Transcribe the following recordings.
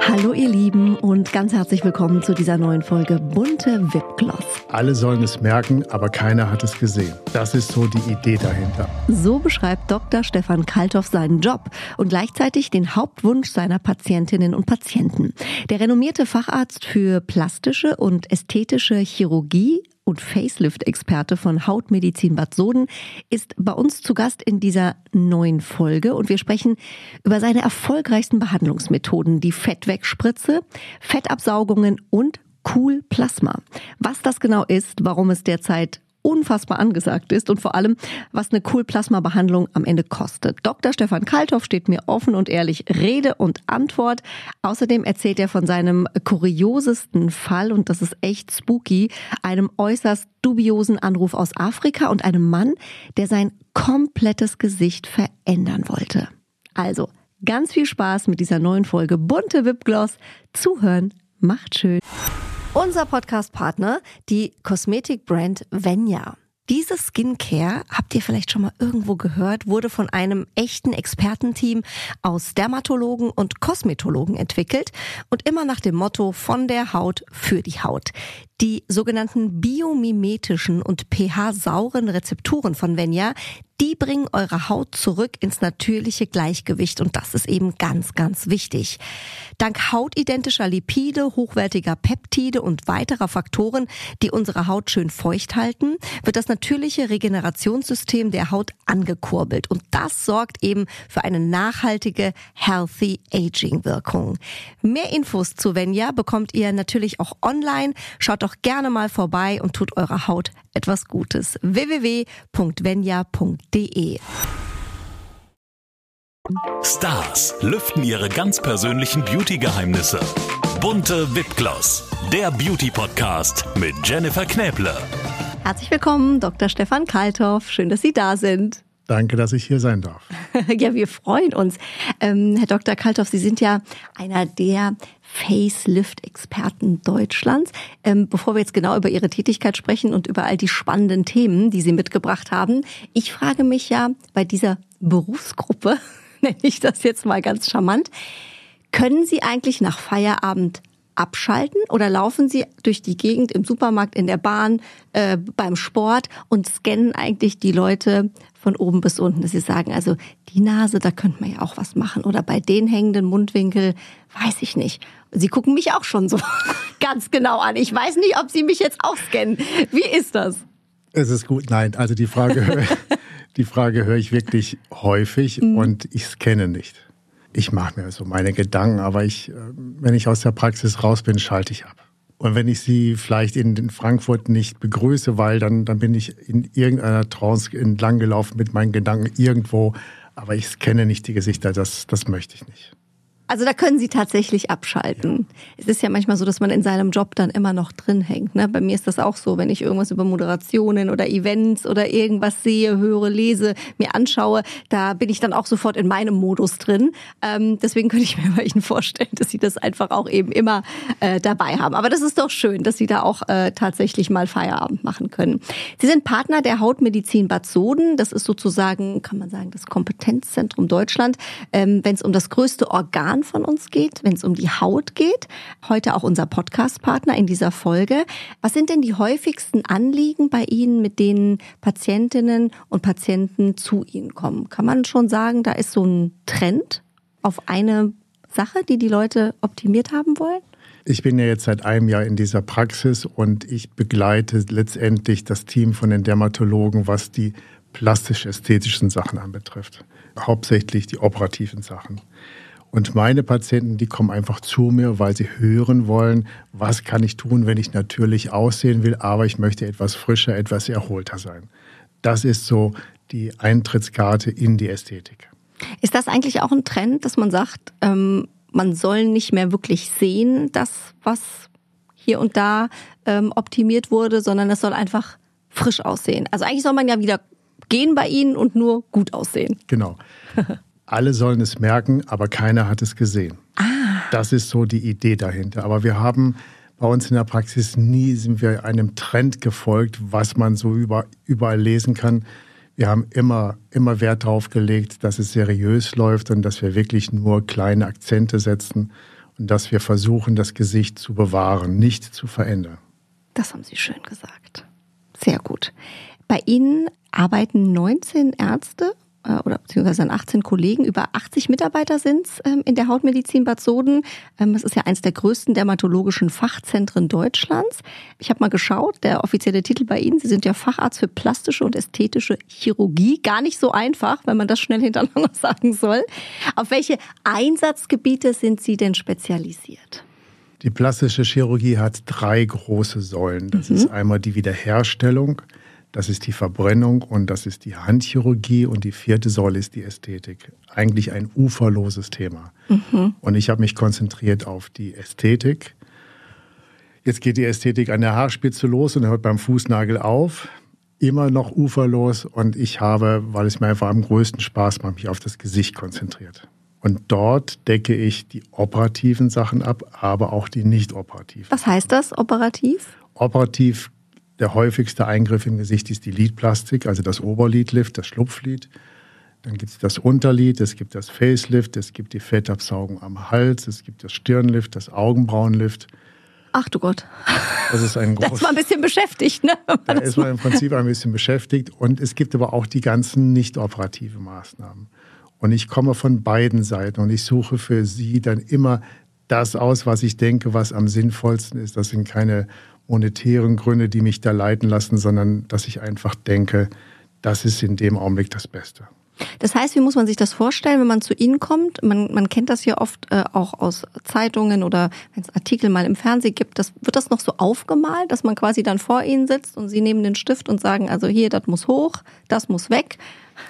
Hallo ihr Lieben und ganz herzlich willkommen zu dieser neuen Folge Bunte Wipgloss. Alle sollen es merken, aber keiner hat es gesehen. Das ist so die Idee dahinter. So beschreibt Dr. Stefan Kalthoff seinen Job und gleichzeitig den Hauptwunsch seiner Patientinnen und Patienten. Der renommierte Facharzt für plastische und ästhetische Chirurgie und Facelift-Experte von Hautmedizin Bad Soden ist bei uns zu Gast in dieser neuen Folge und wir sprechen über seine erfolgreichsten Behandlungsmethoden, die Fettwegspritze, Fettabsaugungen und Cool Plasma. Was das genau ist, warum es derzeit unfassbar angesagt ist und vor allem, was eine Cool-Plasma-Behandlung am Ende kostet. Dr. Stefan Kalthoff steht mir offen und ehrlich Rede und Antwort. Außerdem erzählt er von seinem kuriosesten Fall, und das ist echt spooky, einem äußerst dubiosen Anruf aus Afrika und einem Mann, der sein komplettes Gesicht verändern wollte. Also, ganz viel Spaß mit dieser neuen Folge Bunte Wipgloss. Zuhören macht schön. Unser Podcast-Partner, die Kosmetikbrand Venya. Diese Skincare, habt ihr vielleicht schon mal irgendwo gehört, wurde von einem echten Expertenteam aus Dermatologen und Kosmetologen entwickelt und immer nach dem Motto von der Haut für die Haut. Die sogenannten biomimetischen und pH-sauren Rezepturen von Venya, die bringen eure Haut zurück ins natürliche Gleichgewicht und das ist eben ganz, ganz wichtig. Dank hautidentischer Lipide, hochwertiger Peptide und weiterer Faktoren, die unsere Haut schön feucht halten, wird das natürliche Regenerationssystem der Haut angekurbelt und das sorgt eben für eine nachhaltige Healthy Aging Wirkung. Mehr Infos zu Venya bekommt ihr natürlich auch online. Schaut doch gerne mal vorbei und tut eurer Haut etwas Gutes. www.venya.de. Stars lüften ihre ganz persönlichen Beauty-Geheimnisse. Bunte Wipgloss, der Beauty-Podcast mit Jennifer Knäble. Herzlich willkommen, Dr. Stefan Kalthoff. Schön, dass Sie da sind. Danke, dass ich hier sein darf. Ja, wir freuen uns. Herr Dr. Kalthoff, Sie sind ja einer der Facelift-Experten Deutschlands. Bevor wir jetzt genau über Ihre Tätigkeit sprechen und über all die spannenden Themen, die Sie mitgebracht haben, ich frage mich ja bei dieser Berufsgruppe, nenne ich das jetzt mal ganz charmant, können Sie eigentlich nach Feierabend abschalten oder laufen Sie durch die Gegend im Supermarkt, in der Bahn, beim Sport und scannen eigentlich die Leute von oben bis unten, dass Sie sagen, also die Nase, da könnte man ja auch was machen oder bei den hängenden Mundwinkel, weiß ich nicht. Sie gucken mich auch schon so ganz genau an. Ich weiß nicht, ob Sie mich jetzt auch scannen. Wie ist das? Es ist gut, nein, also die Frage höre ich wirklich häufig und ich scanne nicht. Ich mache mir so meine Gedanken, aber wenn ich aus der Praxis raus bin, schalte ich ab. Und wenn ich Sie vielleicht in Frankfurt nicht begrüße, weil dann bin ich in irgendeiner Trance entlang gelaufen mit meinen Gedanken irgendwo, aber ich scanne nicht die Gesichter, das möchte ich nicht. Also da können Sie tatsächlich abschalten. Ja. Es ist ja manchmal so, dass man in seinem Job dann immer noch drin hängt. Ne? Bei mir ist das auch so, wenn ich irgendwas über Moderationen oder Events oder irgendwas sehe, höre, lese, mir anschaue, da bin ich dann auch sofort in meinem Modus drin. Deswegen könnte ich mir bei Ihnen vorstellen, dass Sie das einfach auch eben immer dabei haben. Aber das ist doch schön, dass Sie da auch tatsächlich mal Feierabend machen können. Sie sind Partner der Hautmedizin Bad Soden. Das ist sozusagen, kann man sagen, das Kompetenzzentrum Deutschland, wenn es um das größte Organ von uns geht, wenn es um die Haut geht. Heute auch unser Podcast-Partner in dieser Folge. Was sind denn die häufigsten Anliegen bei Ihnen, mit denen Patientinnen und Patienten zu Ihnen kommen? Kann man schon sagen, da ist so ein Trend auf eine Sache, die die Leute optimiert haben wollen? Ich bin ja jetzt seit einem Jahr in dieser Praxis und ich begleite letztendlich das Team von den Dermatologen, was die plastisch-ästhetischen Sachen anbetrifft. Hauptsächlich die operativen Sachen. Und meine Patienten, die kommen einfach zu mir, weil sie hören wollen, was kann ich tun, wenn ich natürlich aussehen will, aber ich möchte etwas frischer, etwas erholter sein. Das ist so die Eintrittskarte in die Ästhetik. Ist das eigentlich auch ein Trend, dass man sagt, man soll nicht mehr wirklich sehen, das, was hier und da optimiert wurde, sondern es soll einfach frisch aussehen? Also eigentlich soll man ja wieder gehen bei Ihnen und nur gut aussehen. Genau. Alle sollen es merken, aber keiner hat es gesehen. Das ist so die Idee dahinter. Aber wir haben bei uns in der Praxis sind wir einem Trend gefolgt, was man so überall lesen kann. Wir haben immer Wert darauf gelegt, dass es seriös läuft und dass wir wirklich nur kleine Akzente setzen und dass wir versuchen, das Gesicht zu bewahren, nicht zu verändern. Das haben Sie schön gesagt. Sehr gut. Bei Ihnen arbeiten 19 Ärzte oder beziehungsweise 18 Kollegen, über 80 Mitarbeiter sind es in der Hautmedizin Bad Soden. Es ist ja eines der größten dermatologischen Fachzentren Deutschlands. Ich habe mal geschaut, der offizielle Titel bei Ihnen, Sie sind ja Facharzt für plastische und ästhetische Chirurgie. Gar nicht so einfach, wenn man das schnell hintereinander sagen soll. Auf welche Einsatzgebiete sind Sie denn spezialisiert? Die plastische Chirurgie hat 3 große Säulen. Das ist einmal die Wiederherstellung, das ist die Verbrennung und das ist die Handchirurgie und die 4. Säule ist die Ästhetik. Eigentlich ein uferloses Thema. Und ich habe mich konzentriert auf die Ästhetik. Jetzt geht die Ästhetik an der Haarspitze los und hört beim Fußnagel auf. Immer noch uferlos und ich habe, weil es mir einfach am größten Spaß macht, mich auf das Gesicht konzentriert. Und dort decke ich die operativen Sachen ab, aber auch die nicht operativen. Was heißt das, operativ? Operativ, der häufigste Eingriff im Gesicht ist die Lidplastik, also das Oberlidlift, das Schlupflid. Dann gibt es das Unterlid, es gibt das Facelift, es gibt die Fettabsaugung am Hals, es gibt das Stirnlift, das Augenbrauenlift. Ach du Gott. Das ist ein großes. Da ist man ein bisschen beschäftigt, ne? Da ist man im Prinzip ein bisschen beschäftigt. Und es gibt aber auch die ganzen nicht operativen Maßnahmen. Und ich komme von beiden Seiten und ich suche für Sie dann immer das aus, was ich denke, was am sinnvollsten ist. Das sind keine monetären Gründe, die mich da leiten lassen, sondern dass ich einfach denke, das ist in dem Augenblick das Beste. Das heißt, wie muss man sich das vorstellen, wenn man zu Ihnen kommt? Man kennt das ja oft auch aus Zeitungen oder wenn es Artikel mal im Fernsehen gibt. Wird das noch so aufgemalt, dass man quasi dann vor Ihnen sitzt und Sie nehmen den Stift und sagen, also hier, das muss hoch, das muss weg?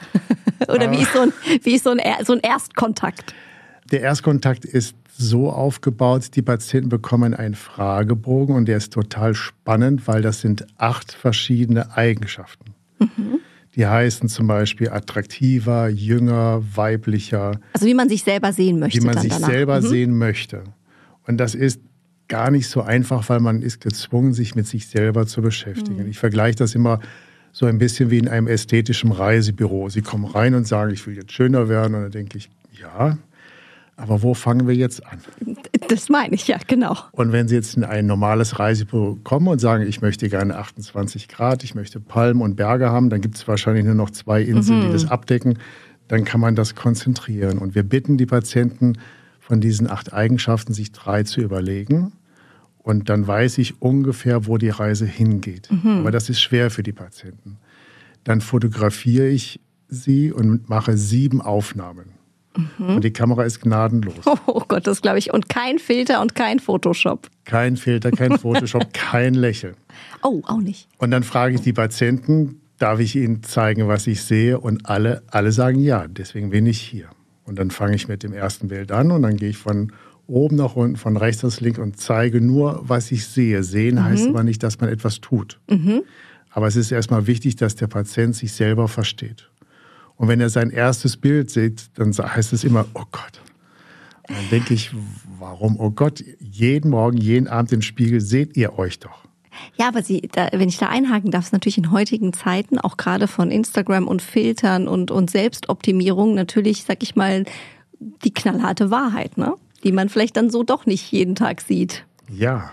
Oder wie ist so ein Erstkontakt? Der Erstkontakt ist so aufgebaut, die Patienten bekommen einen Fragebogen und der ist total spannend, weil das sind 8 verschiedene Eigenschaften. Die heißen zum Beispiel attraktiver, jünger, weiblicher. Also wie man sich selber sehen möchte. Wie man sich selber sehen möchte. Und das ist gar nicht so einfach, weil man ist gezwungen, sich mit sich selber zu beschäftigen. Ich vergleiche das immer so ein bisschen wie in einem ästhetischen Reisebüro. Sie kommen rein und sagen, ich will jetzt schöner werden. Und dann denke ich, ja, aber wo fangen wir jetzt an? Das meine ich, ja, genau. Und wenn Sie jetzt in ein normales Reisebüro kommen und sagen, ich möchte gerne 28 Grad, ich möchte Palmen und Berge haben, dann gibt es wahrscheinlich nur noch 2 Inseln, die das abdecken. Dann kann man das konzentrieren. Und wir bitten die Patienten, von diesen 8 Eigenschaften sich 3 zu überlegen. Und dann weiß ich ungefähr, wo die Reise hingeht. Aber das ist schwer für die Patienten. Dann fotografiere ich sie und mache 7 Aufnahmen. Und die Kamera ist gnadenlos. Oh Gott, das glaube ich. Und kein Filter und kein Photoshop. Kein Filter, kein Photoshop, kein Lächeln. Oh, auch nicht. Und dann frage ich die Patienten, darf ich ihnen zeigen, was ich sehe? Und alle sagen ja, deswegen bin ich hier. Und dann fange ich mit dem ersten Bild an und dann gehe ich von oben nach unten, von rechts nach links und zeige nur, was ich sehe. Sehen heißt aber nicht, dass man etwas tut. Aber es ist erstmal wichtig, dass der Patient sich selber versteht. Und wenn er sein erstes Bild sieht, dann heißt es immer, oh Gott. Und dann denke ich, warum, oh Gott, jeden Morgen, jeden Abend im Spiegel seht ihr euch doch. Ja, aber wenn ich da einhaken darf, ist natürlich in heutigen Zeiten, auch gerade von Instagram und Filtern und Selbstoptimierung natürlich, sag ich mal, die knallharte Wahrheit, ne? Die man vielleicht dann so doch nicht jeden Tag sieht. Ja.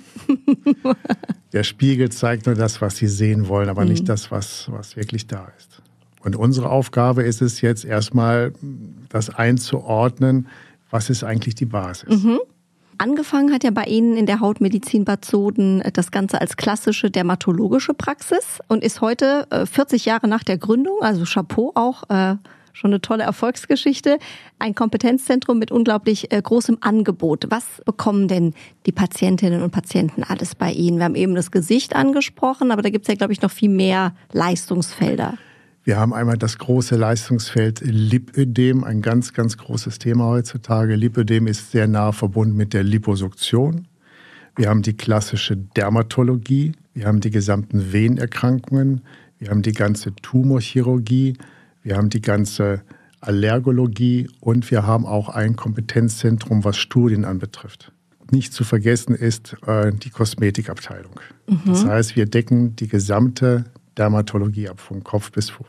Der Spiegel zeigt nur das, was sie sehen wollen, aber nicht das, was wirklich da ist. Und unsere Aufgabe ist es jetzt erstmal, das einzuordnen, was ist eigentlich die Basis. Angefangen hat ja bei Ihnen in der Hautmedizin Bad Soden das Ganze als klassische dermatologische Praxis und ist heute 40 Jahre nach der Gründung, also Chapeau auch, schon eine tolle Erfolgsgeschichte, ein Kompetenzzentrum mit unglaublich großem Angebot. Was bekommen denn die Patientinnen und Patienten alles bei Ihnen? Wir haben eben das Gesicht angesprochen, aber da gibt es ja, glaube ich, noch viel mehr Leistungsfelder. Wir haben einmal das große Leistungsfeld Lipödem, ein ganz, ganz großes Thema heutzutage. Lipödem ist sehr nah verbunden mit der Liposuktion. Wir haben die klassische Dermatologie, wir haben die gesamten Venenerkrankungen, wir haben die ganze Tumorchirurgie, wir haben die ganze Allergologie und wir haben auch ein Kompetenzzentrum, was Studien anbetrifft. Nicht zu vergessen ist die Kosmetikabteilung. Das heißt, wir decken die gesamte Dermatologie ab, von Kopf bis Fuß.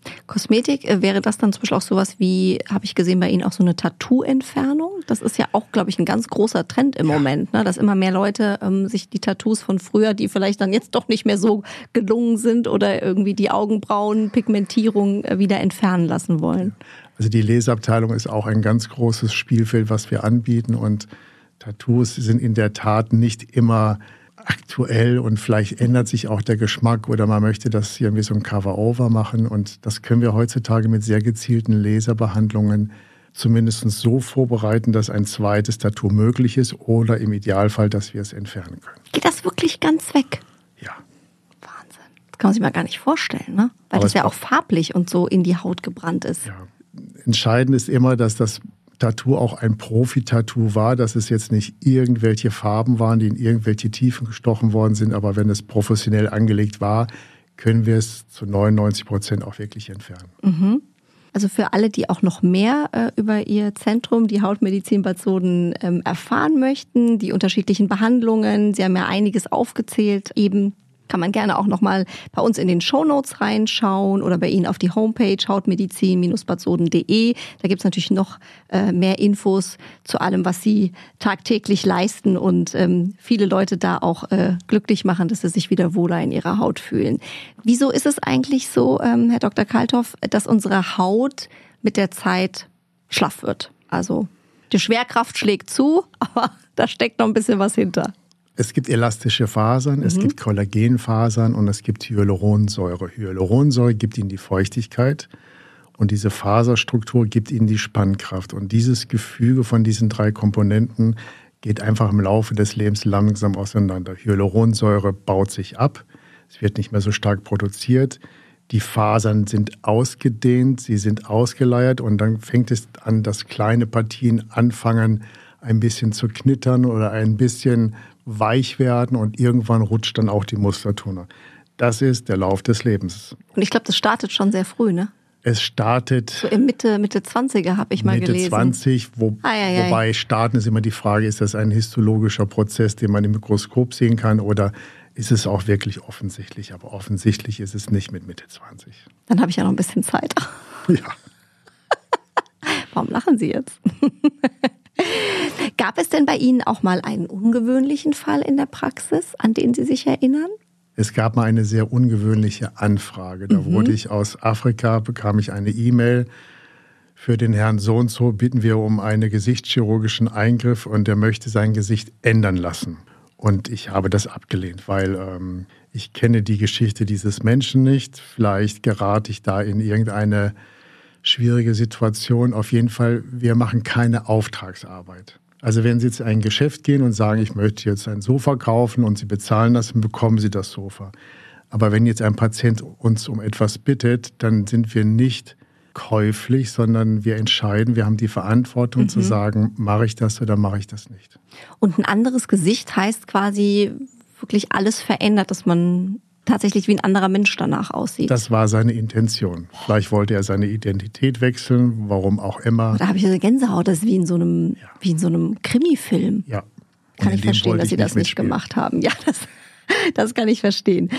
Kosmetik, wäre das dann zum Beispiel auch sowas wie, habe ich gesehen bei Ihnen, auch so eine Tattoo-Entfernung? Das ist ja auch, glaube ich, ein ganz großer Trend im Moment, ne? Dass immer mehr Leute sich die Tattoos von früher, die vielleicht dann jetzt doch nicht mehr so gelungen sind oder irgendwie die Augenbrauen-Pigmentierung wieder entfernen lassen wollen. Also die Laserabteilung ist auch ein ganz großes Spielfeld, was wir anbieten, und Tattoos sind in der Tat nicht immer aktuell und vielleicht ändert sich auch der Geschmack oder man möchte das irgendwie so ein Cover-Over machen, und das können wir heutzutage mit sehr gezielten Laserbehandlungen zumindest so vorbereiten, dass ein zweites Tattoo möglich ist oder im Idealfall, dass wir es entfernen können. Geht das wirklich ganz weg? Ja. Wahnsinn. Das kann man sich mal gar nicht vorstellen, ne? Weil das ja auch farblich und so in die Haut gebrannt ist. Ja. Entscheidend ist immer, dass das Tattoo auch ein Profi-Tattoo war, dass es jetzt nicht irgendwelche Farben waren, die in irgendwelche Tiefen gestochen worden sind, aber wenn es professionell angelegt war, können wir es zu 99% auch wirklich entfernen. Mhm. Also für alle, die auch noch mehr über Ihr Zentrum, die Hautmedizin Bad Soden, erfahren möchten, die unterschiedlichen Behandlungen, Sie haben ja einiges aufgezählt, eben kann man gerne auch nochmal bei uns in den Shownotes reinschauen oder bei Ihnen auf die Homepage hautmedizin-badsoden.de. Da gibt es natürlich noch mehr Infos zu allem, was Sie tagtäglich leisten und viele Leute da auch glücklich machen, dass sie sich wieder wohler in ihrer Haut fühlen. Wieso ist es eigentlich so, Herr Dr. Kalthoff, dass unsere Haut mit der Zeit schlaff wird? Also die Schwerkraft schlägt zu, aber da steckt noch ein bisschen was hinter. Es gibt elastische Fasern, es gibt Kollagenfasern und es gibt Hyaluronsäure. Hyaluronsäure gibt ihnen die Feuchtigkeit und diese Faserstruktur gibt ihnen die Spannkraft. Und dieses Gefüge von diesen 3 Komponenten geht einfach im Laufe des Lebens langsam auseinander. Hyaluronsäure baut sich ab, es wird nicht mehr so stark produziert. Die Fasern sind ausgedehnt, sie sind ausgeleiert und dann fängt es an, dass kleine Partien anfangen, ein bisschen zu knittern oder ein bisschen weich werden und irgendwann rutscht dann auch die Muskulatur. Das ist der Lauf des Lebens. Und ich glaube, das startet schon sehr früh, ne? Es startet so im Mitte 20er, habe ich mal gelesen. Mitte 20, wobei starten ist immer die Frage, ist das ein histologischer Prozess, den man im Mikroskop sehen kann, oder ist es auch wirklich offensichtlich? Aber offensichtlich ist es nicht mit Mitte 20. Dann habe ich ja noch ein bisschen Zeit. Ja. Warum lachen Sie jetzt? Gab es denn bei Ihnen auch mal einen ungewöhnlichen Fall in der Praxis, an den Sie sich erinnern? Es gab mal eine sehr ungewöhnliche Anfrage. Da wurde ich aus Afrika, bekam ich eine E-Mail für den Herrn so und so, bitten wir um einen gesichtschirurgischen Eingriff und er möchte sein Gesicht ändern lassen. Und ich habe das abgelehnt, weil ich kenne die Geschichte dieses Menschen nicht. Vielleicht gerate ich da in irgendeine schwierige Situation. Auf jeden Fall, wir machen keine Auftragsarbeit. Also wenn Sie jetzt in ein Geschäft gehen und sagen, ich möchte jetzt ein Sofa kaufen und Sie bezahlen das, dann bekommen Sie das Sofa. Aber wenn jetzt ein Patient uns um etwas bittet, dann sind wir nicht käuflich, sondern wir entscheiden, wir haben die Verantwortung zu sagen, mache ich das oder mache ich das nicht. Und ein anderes Gesicht heißt quasi wirklich alles verändert, dass man tatsächlich wie ein anderer Mensch danach aussieht. Das war seine Intention. Vielleicht wollte er seine Identität wechseln, warum auch immer. Da habe ich eine Gänsehaut, das ist wie in so einem Krimi-Film. Ja. Kann ich verstehen, dass Sie das nicht gemacht haben. Ja, das kann ich verstehen.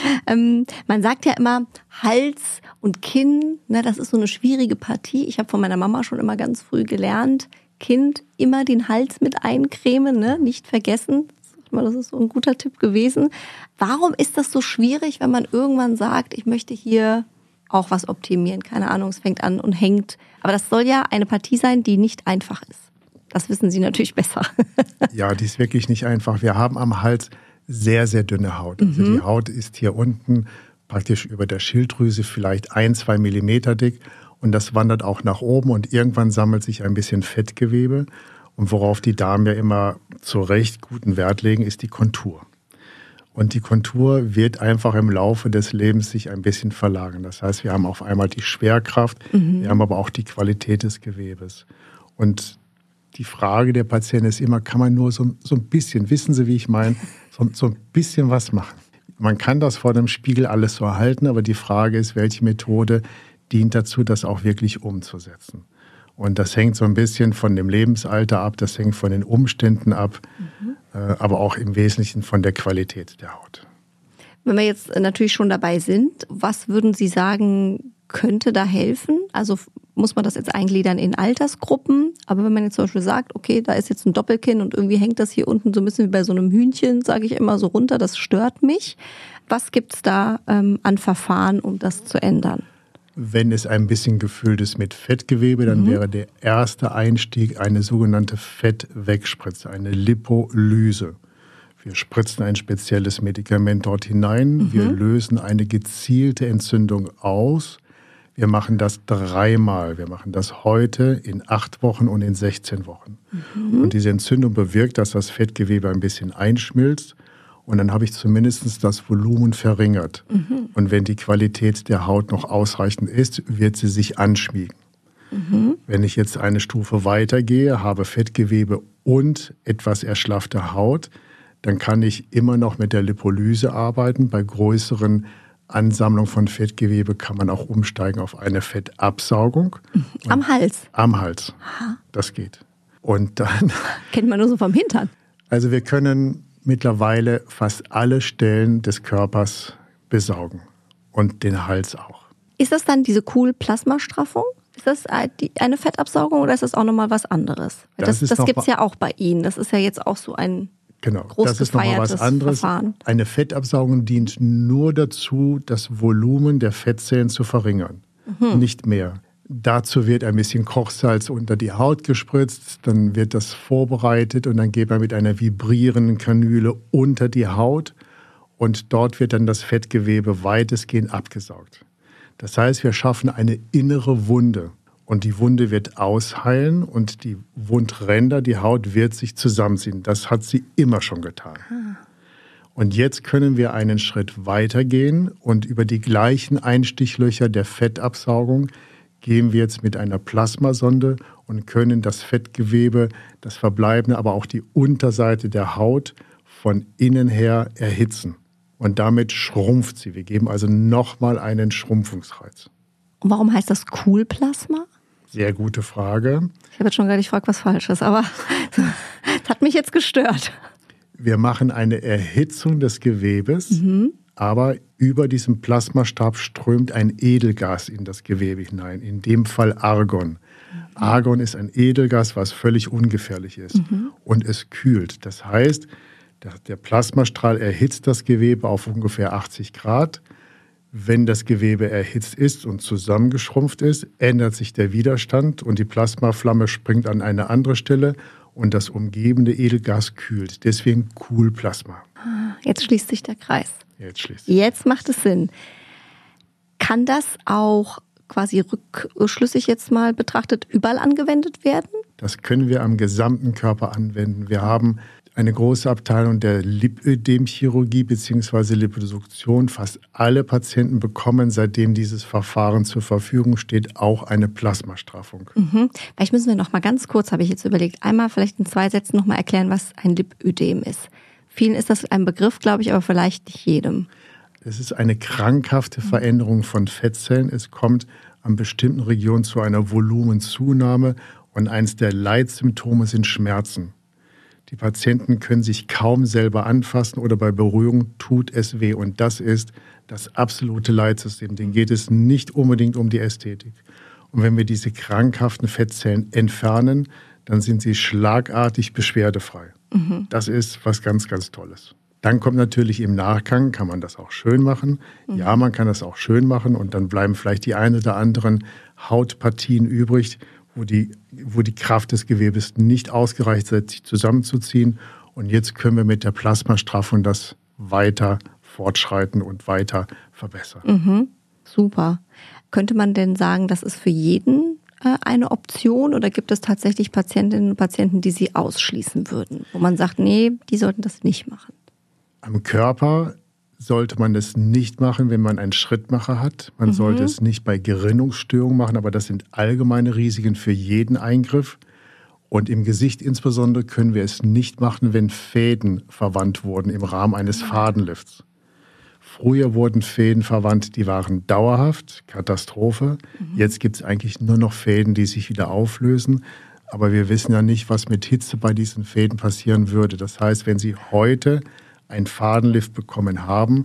Man sagt ja immer, Hals und Kinn, ne, das ist so eine schwierige Partie. Ich habe von meiner Mama schon immer ganz früh gelernt, Kind immer den Hals mit eincremen, ne, nicht vergessen. Das ist so ein guter Tipp gewesen. Warum ist das so schwierig, wenn man irgendwann sagt, ich möchte hier auch was optimieren? Keine Ahnung, es fängt an und hängt. Aber das soll ja eine Partie sein, die nicht einfach ist. Das wissen Sie natürlich besser. Ja, die ist wirklich nicht einfach. Wir haben am Hals sehr, sehr dünne Haut. Also die Haut ist hier unten praktisch über der Schilddrüse vielleicht 1-2 Millimeter dick. Und das wandert auch nach oben und irgendwann sammelt sich ein bisschen Fettgewebe. Und worauf die Damen ja immer zu Recht guten Wert legen, ist die Kontur. Und die Kontur wird einfach im Laufe des Lebens sich ein bisschen verlagern. Das heißt, wir haben auf einmal die Schwerkraft, wir haben aber auch die Qualität des Gewebes. Und die Frage der Patienten ist immer, kann man nur so ein bisschen, wissen Sie, wie ich meine, so ein bisschen was machen. Man kann das vor dem Spiegel alles so erhalten, aber die Frage ist, welche Methode dient dazu, das auch wirklich umzusetzen. Und das hängt so ein bisschen von dem Lebensalter ab, das hängt von den Umständen ab, aber auch im Wesentlichen von der Qualität der Haut. Wenn wir jetzt natürlich schon dabei sind, was würden Sie sagen, könnte da helfen? Also muss man das jetzt eingliedern in Altersgruppen? Aber wenn man jetzt zum Beispiel sagt, okay, da ist jetzt ein Doppelkinn und irgendwie hängt das hier unten so ein bisschen wie bei so einem Hühnchen, sage ich immer, so runter, das stört mich. Was gibt's da an Verfahren, um das zu ändern? Wenn es ein bisschen gefüllt ist mit Fettgewebe, dann wäre der erste Einstieg eine sogenannte Fettwegspritze, eine Lipolyse. Wir spritzen ein spezielles Medikament dort hinein. Wir lösen eine gezielte Entzündung aus. Wir machen das 3-mal. Wir machen das heute in 8 Wochen und in 16 Wochen. Und diese Entzündung bewirkt, dass das Fettgewebe ein bisschen einschmilzt. Und dann habe ich zumindest das Volumen verringert. Und wenn die Qualität der Haut noch ausreichend ist, wird sie sich anschmiegen. Wenn ich jetzt eine Stufe weitergehe, habe Fettgewebe und etwas erschlaffte Haut, dann kann ich immer noch mit der Lipolyse arbeiten. Bei größeren Ansammlungen von Fettgewebe kann man auch umsteigen auf eine Fettabsaugung. Am Hals? Am Hals. Aha. Das geht. Und dann... Kennt man nur so vom Hintern. Also wir können mittlerweile fast alle Stellen des Körpers besaugen. Und den Hals auch. Ist das dann diese Cool-Plasma-Straffung? Ist das eine Fettabsaugung oder ist das auch nochmal was anderes? Das gibt es ja auch bei Ihnen. Das ist ja jetzt auch so ein das ist nochmal was anderes. Verfahren. Eine Fettabsaugung dient nur dazu, das Volumen der Fettzellen zu verringern. Nicht mehr. Dazu wird ein bisschen Kochsalz unter die Haut gespritzt, dann wird das vorbereitet und dann geht man mit einer vibrierenden Kanüle unter die Haut und dort wird dann das Fettgewebe weitestgehend abgesaugt. Das heißt, wir schaffen eine innere Wunde und die Wunde wird ausheilen und die Wundränder, die Haut wird sich zusammenziehen. Das hat sie immer schon getan. Und jetzt können wir einen Schritt weitergehen und über die gleichen Einstichlöcher der Fettabsaugung gehen wir jetzt mit einer Plasmasonde und können das Fettgewebe, das Verbleibende, aber auch die Unterseite der Haut von innen her erhitzen. Und damit schrumpft sie. Wir geben also nochmal einen Schrumpfungsreiz. Und warum heißt das Cool-Plasma? Sehr gute Frage. Ich habe jetzt schon gar nicht gefragt, was falsch ist, aber das hat mich jetzt gestört. Wir machen eine Erhitzung des Gewebes, aber über diesem Plasmastab strömt ein Edelgas in das Gewebe hinein, in dem Fall Argon. Argon ist ein Edelgas, was völlig ungefährlich ist und es kühlt. Das heißt, der Plasmastrahl erhitzt das Gewebe auf ungefähr 80 Grad. Wenn das Gewebe erhitzt ist und zusammengeschrumpft ist, ändert sich der Widerstand und die Plasmaflamme springt an eine andere Stelle und das umgebende Edelgas kühlt. Deswegen Cool-Plasma. Jetzt schließt sich der Kreis. Jetzt macht es Sinn. Kann das auch quasi rückschlüssig jetzt mal betrachtet überall angewendet werden? Das können wir am gesamten Körper anwenden. Wir haben eine große Abteilung der Lipödemchirurgie bzw. Liposuktion. Fast alle Patienten bekommen, seitdem dieses Verfahren zur Verfügung steht, auch eine Plasmastraffung. Vielleicht müssen wir noch mal ganz kurz, habe ich jetzt überlegt, einmal vielleicht in 2 Sätzen noch mal erklären, was ein Lipödem ist. Vielen ist das ein Begriff, glaube ich, aber vielleicht nicht jedem. Es ist eine krankhafte Veränderung von Fettzellen. Es kommt an bestimmten Regionen zu einer Volumenzunahme und eines der Leitsymptome sind Schmerzen. Die Patienten können sich kaum selber anfassen oder bei Berührung tut es weh. Und das ist das absolute Leitsystem. Denen geht es nicht unbedingt um die Ästhetik. Und wenn wir diese krankhaften Fettzellen entfernen, dann sind sie schlagartig beschwerdefrei. Das ist was ganz, ganz Tolles. Dann kommt natürlich im Nachgang, kann man das auch schön machen. Ja, man kann das auch schön machen und dann bleiben vielleicht die ein oder anderen Hautpartien übrig, wo die Kraft des Gewebes nicht ausgereicht hat, sich zusammenzuziehen. Und jetzt können wir mit der Plasmastraffung das weiter fortschreiten und weiter verbessern. Super. Könnte man denn sagen, das ist für jeden eine Option oder gibt es tatsächlich Patientinnen und Patienten, die Sie ausschließen würden, wo man sagt, nee, die sollten das nicht machen? Am Körper sollte man das nicht machen, wenn man einen Schrittmacher hat. Man sollte es nicht bei Gerinnungsstörungen machen, aber das sind allgemeine Risiken für jeden Eingriff. Und im Gesicht insbesondere können wir es nicht machen, wenn Fäden verwandt wurden im Rahmen eines Fadenlifts. Früher wurden Fäden verwandt, die waren dauerhaft, Katastrophe. Jetzt gibt es eigentlich nur noch Fäden, die sich wieder auflösen. Aber wir wissen ja nicht, was mit Hitze bei diesen Fäden passieren würde. Das heißt, wenn Sie heute einen Fadenlift bekommen haben,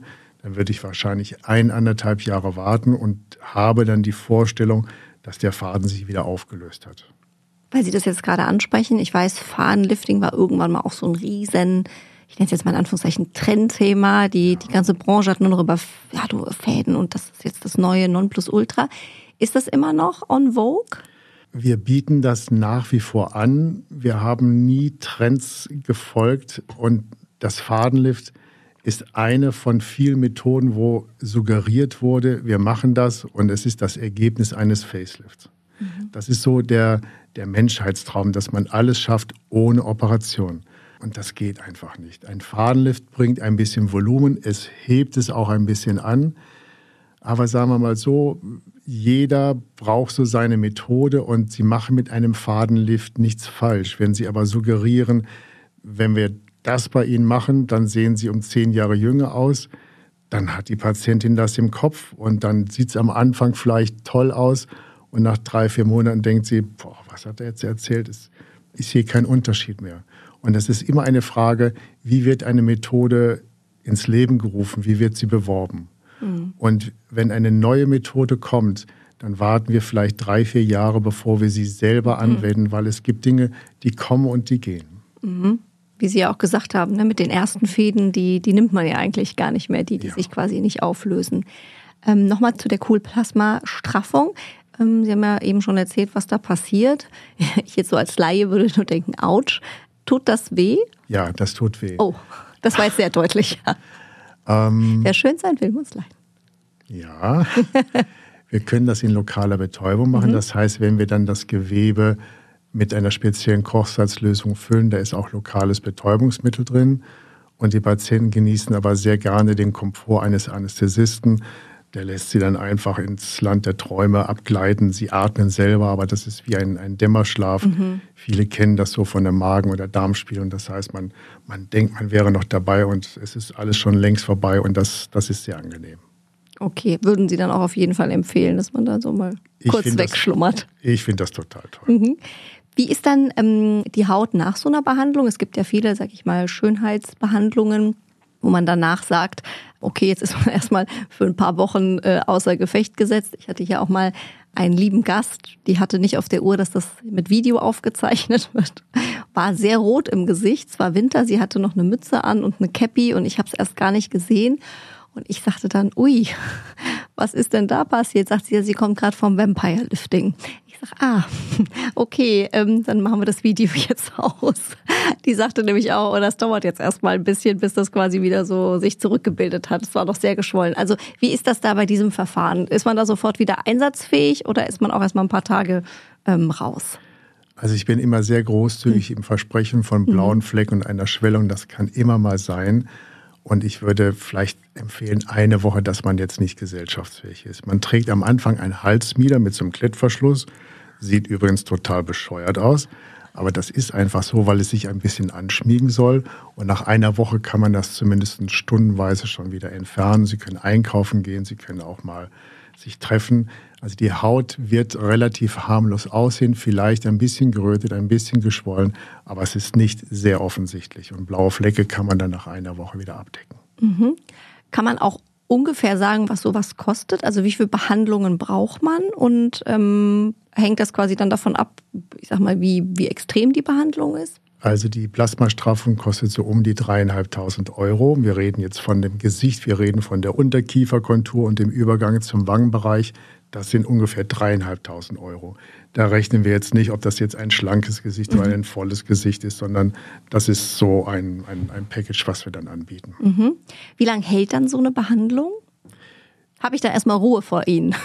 dann würde ich wahrscheinlich 1,5 Jahre warten und habe dann die Vorstellung, dass der Faden sich wieder aufgelöst hat. Weil Sie das jetzt gerade ansprechen, ich weiß, Fadenlifting war irgendwann mal auch so ein riesen, ich nenne es jetzt mal in Anführungszeichen, Trendthema. Die ganze Branche hat nur noch über Fäden und das ist jetzt das neue Nonplusultra. Ist das immer noch en vogue? Wir bieten das nach wie vor an. Wir haben nie Trends gefolgt und das Fadenlift ist eine von vielen Methoden, wo suggeriert wurde, wir machen das und es ist das Ergebnis eines Facelifts. Das ist so der Menschheitstraum, dass man alles schafft ohne Operation. Und das geht einfach nicht. Ein Fadenlift bringt ein bisschen Volumen, es hebt es auch ein bisschen an. Aber sagen wir mal so, jeder braucht so seine Methode und Sie machen mit einem Fadenlift nichts falsch. Wenn Sie aber suggerieren, wenn wir das bei Ihnen machen, dann sehen Sie um 10 Jahre jünger aus, dann hat die Patientin das im Kopf und dann sieht es am Anfang vielleicht toll aus und nach 3-4 Monaten denkt sie, boah, was hat er jetzt erzählt? Es ist hier kein Unterschied mehr. Und es ist immer eine Frage, wie wird eine Methode ins Leben gerufen, wie wird sie beworben? Und wenn eine neue Methode kommt, dann warten wir vielleicht 3-4 Jahre, bevor wir sie selber anwenden, weil es gibt Dinge, die kommen und die gehen. Wie Sie ja auch gesagt haben, ne, mit den ersten Fäden, die nimmt man ja eigentlich gar nicht mehr, die sich quasi nicht auflösen. Nochmal zu der Cool-Plasma-Straffung. Sie haben ja eben schon erzählt, was da passiert. Ich jetzt so als Laie würde nur denken, ouch. Tut das weh? Ja, das tut weh. Oh, das war jetzt sehr deutlich. Wer schön sein will, muss leiden. Ja, wir können das in lokaler Betäubung machen. Das heißt, wenn wir dann das Gewebe mit einer speziellen Kochsalzlösung füllen, da ist auch lokales Betäubungsmittel drin. Und die Patienten genießen aber sehr gerne den Komfort eines Anästhesisten. Der lässt sie dann einfach ins Land der Träume abgleiten. Sie atmen selber, aber das ist wie ein Dämmerschlaf. Viele kennen das so von der Magen- oder Darmspiegelung. Das heißt, man denkt, man wäre noch dabei und es ist alles schon längst vorbei und das ist sehr angenehm. Okay, würden Sie dann auch auf jeden Fall empfehlen, dass man da so mal kurz wegschlummert? Ich finde das total toll. Wie ist dann die Haut nach so einer Behandlung? Es gibt ja viele, sag ich mal, Schönheitsbehandlungen, wo man danach sagt, okay, jetzt ist man erstmal für ein paar Wochen außer Gefecht gesetzt. Ich hatte hier auch mal einen lieben Gast, die hatte nicht auf der Uhr, dass das mit Video aufgezeichnet wird. War sehr rot im Gesicht, es war Winter, sie hatte noch eine Mütze an und eine Cappy und ich habe es erst gar nicht gesehen. Und ich sagte dann, ui, was ist denn da passiert? Sagt sie, ja, sie kommt gerade vom Vampire Lifting. Ich sag, okay, dann machen wir das Video jetzt aus. Die sagte nämlich auch, das dauert jetzt erstmal ein bisschen, bis das quasi wieder so sich zurückgebildet hat. Es war doch sehr geschwollen. Also wie ist das da bei diesem Verfahren? Ist man da sofort wieder einsatzfähig oder ist man auch erstmal ein paar Tage raus? Also ich bin immer sehr großzügig im Versprechen von blauen Flecken und einer Schwellung. Das kann immer mal sein. Und ich würde vielleicht empfehlen, 1 Woche, dass man jetzt nicht gesellschaftsfähig ist. Man trägt am Anfang ein Halsmieder mit so einem Klettverschluss. Sieht übrigens total bescheuert aus. Aber das ist einfach so, weil es sich ein bisschen anschmiegen soll. Und nach 1 Woche kann man das zumindest stundenweise schon wieder entfernen. Sie können einkaufen gehen, Sie können auch mal sich treffen. Also die Haut wird relativ harmlos aussehen, vielleicht ein bisschen gerötet, ein bisschen geschwollen, aber es ist nicht sehr offensichtlich. Und blaue Flecke kann man dann nach 1 Woche wieder abdecken. Kann man auch ungefähr sagen, was sowas kostet? Also wie viele Behandlungen braucht man? Und hängt das quasi dann davon ab, ich sag mal, wie extrem die Behandlung ist? Also die Plasmastraffung kostet so um die 3.500 €. Wir reden jetzt von dem Gesicht, wir reden von der Unterkieferkontur und dem Übergang zum Wangenbereich. Das sind ungefähr 3.500 €. Da rechnen wir jetzt nicht, ob das jetzt ein schlankes Gesicht oder ein volles Gesicht ist, sondern das ist so ein Package, was wir dann anbieten. Wie lange hält dann so eine Behandlung? Habe ich da erstmal Ruhe vor Ihnen?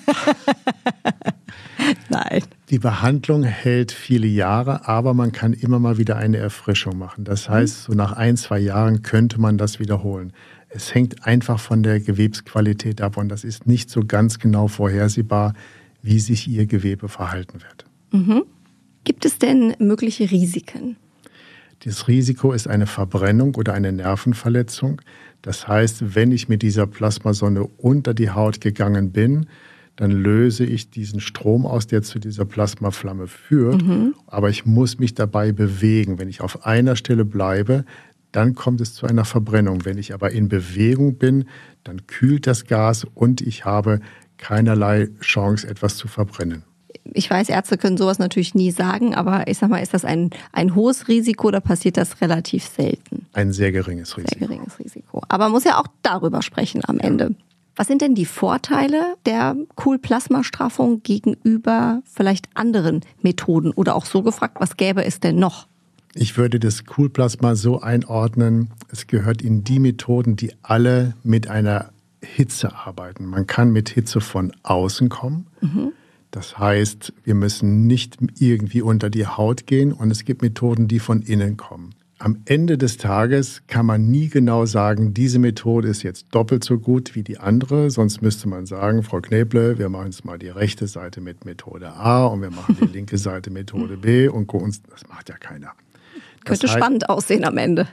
Nein. Die Behandlung hält viele Jahre, aber man kann immer mal wieder eine Erfrischung machen. Das heißt, so nach 1-2 Jahren könnte man das wiederholen. Es hängt einfach von der Gewebsqualität ab und das ist nicht so ganz genau vorhersehbar, wie sich Ihr Gewebe verhalten wird. Gibt es denn mögliche Risiken? Das Risiko ist eine Verbrennung oder eine Nervenverletzung. Das heißt, wenn ich mit dieser Plasmasonde unter die Haut gegangen bin, dann löse ich diesen Strom aus, der zu dieser Plasmaflamme führt. Aber ich muss mich dabei bewegen. Wenn ich auf einer Stelle bleibe, dann kommt es zu einer Verbrennung. Wenn ich aber in Bewegung bin, dann kühlt das Gas und ich habe keinerlei Chance, etwas zu verbrennen. Ich weiß, Ärzte können sowas natürlich nie sagen, aber ich sag mal, ist das ein hohes Risiko oder passiert das relativ selten? Ein sehr geringes Risiko. Sehr geringes Risiko. Aber man muss ja auch darüber sprechen am Ende. Was sind denn die Vorteile der Cool-Plasma-Straffung gegenüber vielleicht anderen Methoden? Oder auch so gefragt, was gäbe es denn noch? Ich würde das Cool-Plasma so einordnen, es gehört in die Methoden, die alle mit einer Hitze arbeiten. Man kann mit Hitze von außen kommen. Das heißt, wir müssen nicht irgendwie unter die Haut gehen und es gibt Methoden, die von innen kommen. Am Ende des Tages kann man nie genau sagen, diese Methode ist jetzt doppelt so gut wie die andere. Sonst müsste man sagen, Frau Knäble, wir machen jetzt mal die rechte Seite mit Methode A und wir machen die linke Seite Methode B und gucken uns, das macht ja keiner. Könnte spannend aussehen am Ende.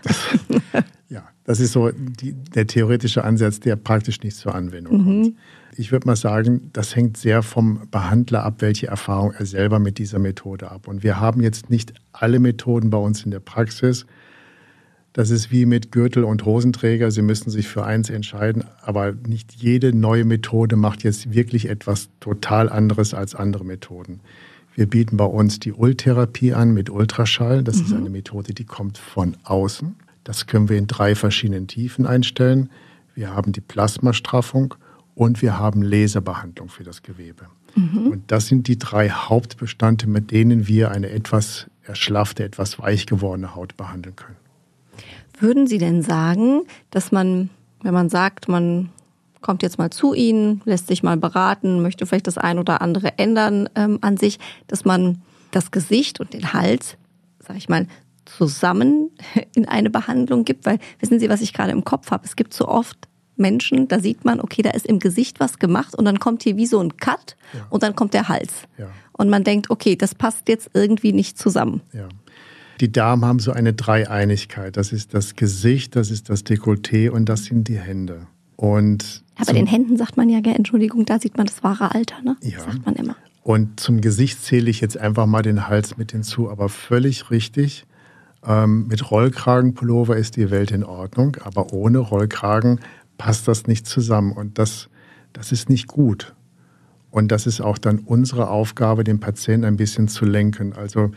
Ja, das ist so der theoretische Ansatz, der praktisch nicht zur Anwendung kommt. Ich würde mal sagen, das hängt sehr vom Behandler ab, welche Erfahrung er selber mit dieser Methode hat. Und wir haben jetzt nicht alle Methoden bei uns in der Praxis. Das ist wie mit Gürtel und Hosenträger. Sie müssen sich für eins entscheiden, aber nicht jede neue Methode macht jetzt wirklich etwas total anderes als andere Methoden. Wir bieten bei uns die Ult-Therapie an mit Ultraschall. Das ist eine Methode, die kommt von außen. Das können wir in 3 verschiedenen Tiefen einstellen. Wir haben die Plasmastraffung und wir haben Laserbehandlung für das Gewebe. Und das sind die 3 Hauptbestandteile, mit denen wir eine etwas erschlaffte, etwas weich gewordene Haut behandeln können. Würden Sie denn sagen, dass man, wenn man sagt, man kommt jetzt mal zu Ihnen, lässt sich mal beraten, möchte vielleicht das ein oder andere ändern an sich, dass man das Gesicht und den Hals, sag ich mal, zusammen in eine Behandlung gibt? Weil, wissen Sie, was ich gerade im Kopf habe? Es gibt so oft Menschen, da sieht man, okay, da ist im Gesicht was gemacht und dann kommt hier wie so ein Cut und dann kommt der Hals. Ja. Und man denkt, okay, das passt jetzt irgendwie nicht zusammen. Ja. Die Damen haben so eine Dreieinigkeit. Das ist das Gesicht, das ist das Dekolleté und das sind die Hände. Und bei den Händen sagt man ja, Entschuldigung, da sieht man das wahre Alter, ne? Ja. Sagt man immer. Und zum Gesicht zähle ich jetzt einfach mal den Hals mit hinzu, aber völlig richtig. Mit Rollkragenpullover ist die Welt in Ordnung, aber ohne Rollkragen passt das nicht zusammen und das ist nicht gut. Und das ist auch dann unsere Aufgabe, den Patienten ein bisschen zu lenken. Also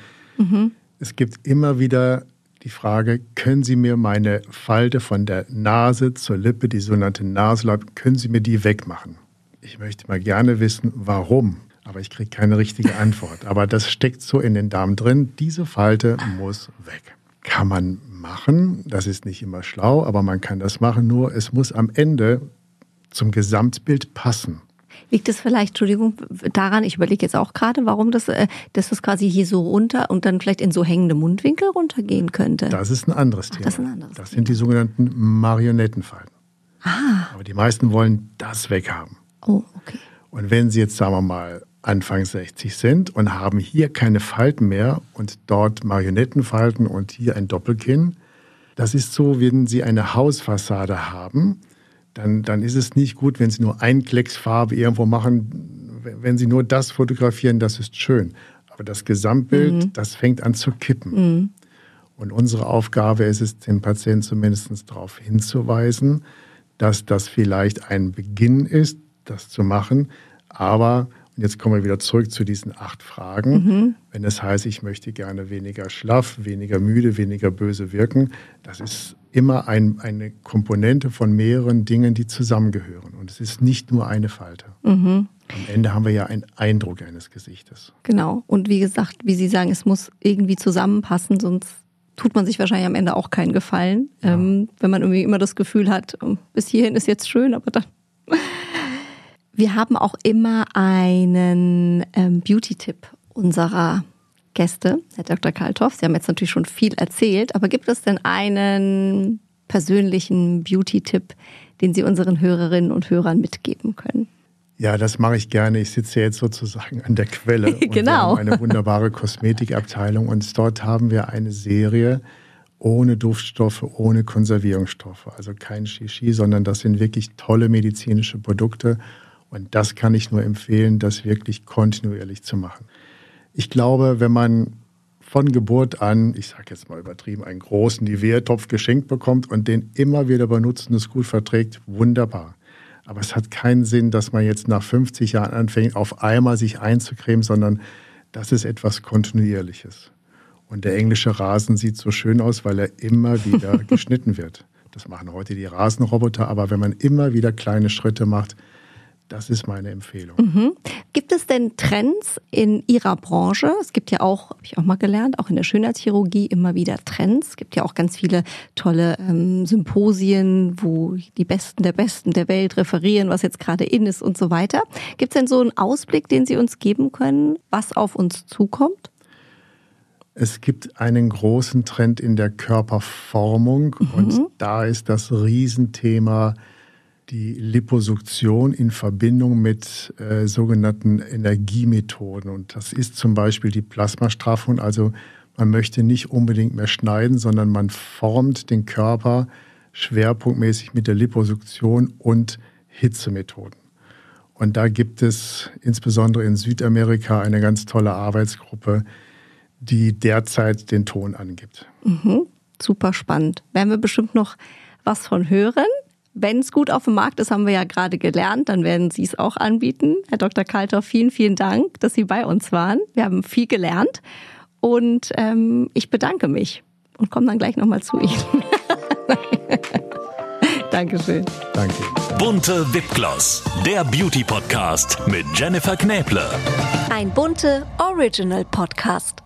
es gibt immer wieder die Frage, können Sie mir meine Falte von der Nase zur Lippe, die sogenannte Nasenlaube, können Sie mir die wegmachen? Ich möchte mal gerne wissen, warum, aber ich kriege keine richtige Antwort. Aber das steckt so in den Darm drin, diese Falte muss weg. Kann man machen, das ist nicht immer schlau, aber man kann das machen, nur es muss am Ende zum Gesamtbild passen. Liegt es vielleicht, Entschuldigung, daran, ich überlege jetzt auch gerade, warum das quasi hier so runter und dann vielleicht in so hängende Mundwinkel runtergehen könnte? Das ist ein anderes Thema. Das ist ein anderes Das sind die sogenannten Marionettenfalten. Aber die meisten wollen das weghaben. Oh, okay. Und wenn Sie jetzt, sagen wir mal, Anfang 60 sind und haben hier keine Falten mehr und dort Marionettenfalten und hier ein Doppelkinn, das ist so, wenn Sie eine Hausfassade haben, dann ist es nicht gut, wenn Sie nur ein Klecks Farbe irgendwo machen. Wenn Sie nur das fotografieren, das ist schön. Aber das Gesamtbild, das fängt an zu kippen. Und unsere Aufgabe ist es, den Patienten zumindest darauf hinzuweisen, dass das vielleicht ein Beginn ist, das zu machen. Aber, und jetzt kommen wir wieder zurück zu diesen 8 Fragen. Wenn es heißt, ich möchte gerne weniger schlaff, weniger müde, weniger böse wirken, das ist immer eine Komponente von mehreren Dingen, die zusammengehören. Und es ist nicht nur eine Falte. Am Ende haben wir ja einen Eindruck eines Gesichtes. Genau. Und wie gesagt, wie Sie sagen, es muss irgendwie zusammenpassen, sonst tut man sich wahrscheinlich am Ende auch keinen Gefallen. Ja. Wenn man irgendwie immer das Gefühl hat, bis hierhin ist jetzt schön, aber dann... Wir haben auch immer einen Beauty-Tipp unserer Gäste, Herr Dr. Kalthoff. Sie haben jetzt natürlich schon viel erzählt, aber gibt es denn einen persönlichen Beauty-Tipp, den Sie unseren Hörerinnen und Hörern mitgeben können? Ja, das mache ich gerne. Ich sitze jetzt sozusagen an der Quelle. Und genau. Wir haben eine wunderbare Kosmetikabteilung und dort haben wir eine Serie ohne Duftstoffe, ohne Konservierungsstoffe. Also kein Shishi, sondern das sind wirklich tolle medizinische Produkte. Und das kann ich nur empfehlen, das wirklich kontinuierlich zu machen. Ich glaube, wenn man von Geburt an, ich sage jetzt mal übertrieben, einen großen Nivea-Topf geschenkt bekommt und den immer wieder benutzt und es gut verträgt, wunderbar. Aber es hat keinen Sinn, dass man jetzt nach 50 Jahren anfängt, auf einmal sich einzucremen, sondern das ist etwas Kontinuierliches. Und der englische Rasen sieht so schön aus, weil er immer wieder geschnitten wird. Das machen heute die Rasenroboter, aber wenn man immer wieder kleine Schritte macht, das ist meine Empfehlung. Gibt es denn Trends in Ihrer Branche? Es gibt ja auch, habe ich auch mal gelernt, auch in der Schönheitschirurgie immer wieder Trends. Es gibt ja auch ganz viele tolle Symposien, wo die Besten der Welt referieren, was jetzt gerade in ist und so weiter. Gibt es denn so einen Ausblick, den Sie uns geben können, was auf uns zukommt? Es gibt einen großen Trend in der Körperformung und da ist das Riesenthema die Liposuktion in Verbindung mit sogenannten Energiemethoden. Und das ist zum Beispiel die Plasmastraffung. Also man möchte nicht unbedingt mehr schneiden, sondern man formt den Körper schwerpunktmäßig mit der Liposuktion und Hitzemethoden. Und da gibt es insbesondere in Südamerika eine ganz tolle Arbeitsgruppe, die derzeit den Ton angibt. Super spannend. Werden wir bestimmt noch was von hören. Wenn es gut auf dem Markt ist, haben wir ja gerade gelernt, dann werden Sie es auch anbieten. Herr Dr. Kalthoff, vielen, vielen Dank, dass Sie bei uns waren. Wir haben viel gelernt und ich bedanke mich und komme dann gleich nochmal zu Ihnen. Dankeschön. Danke. Bunte Wipgloss, der Beauty-Podcast mit Jennifer Knäble. Ein Bunte Original Podcast.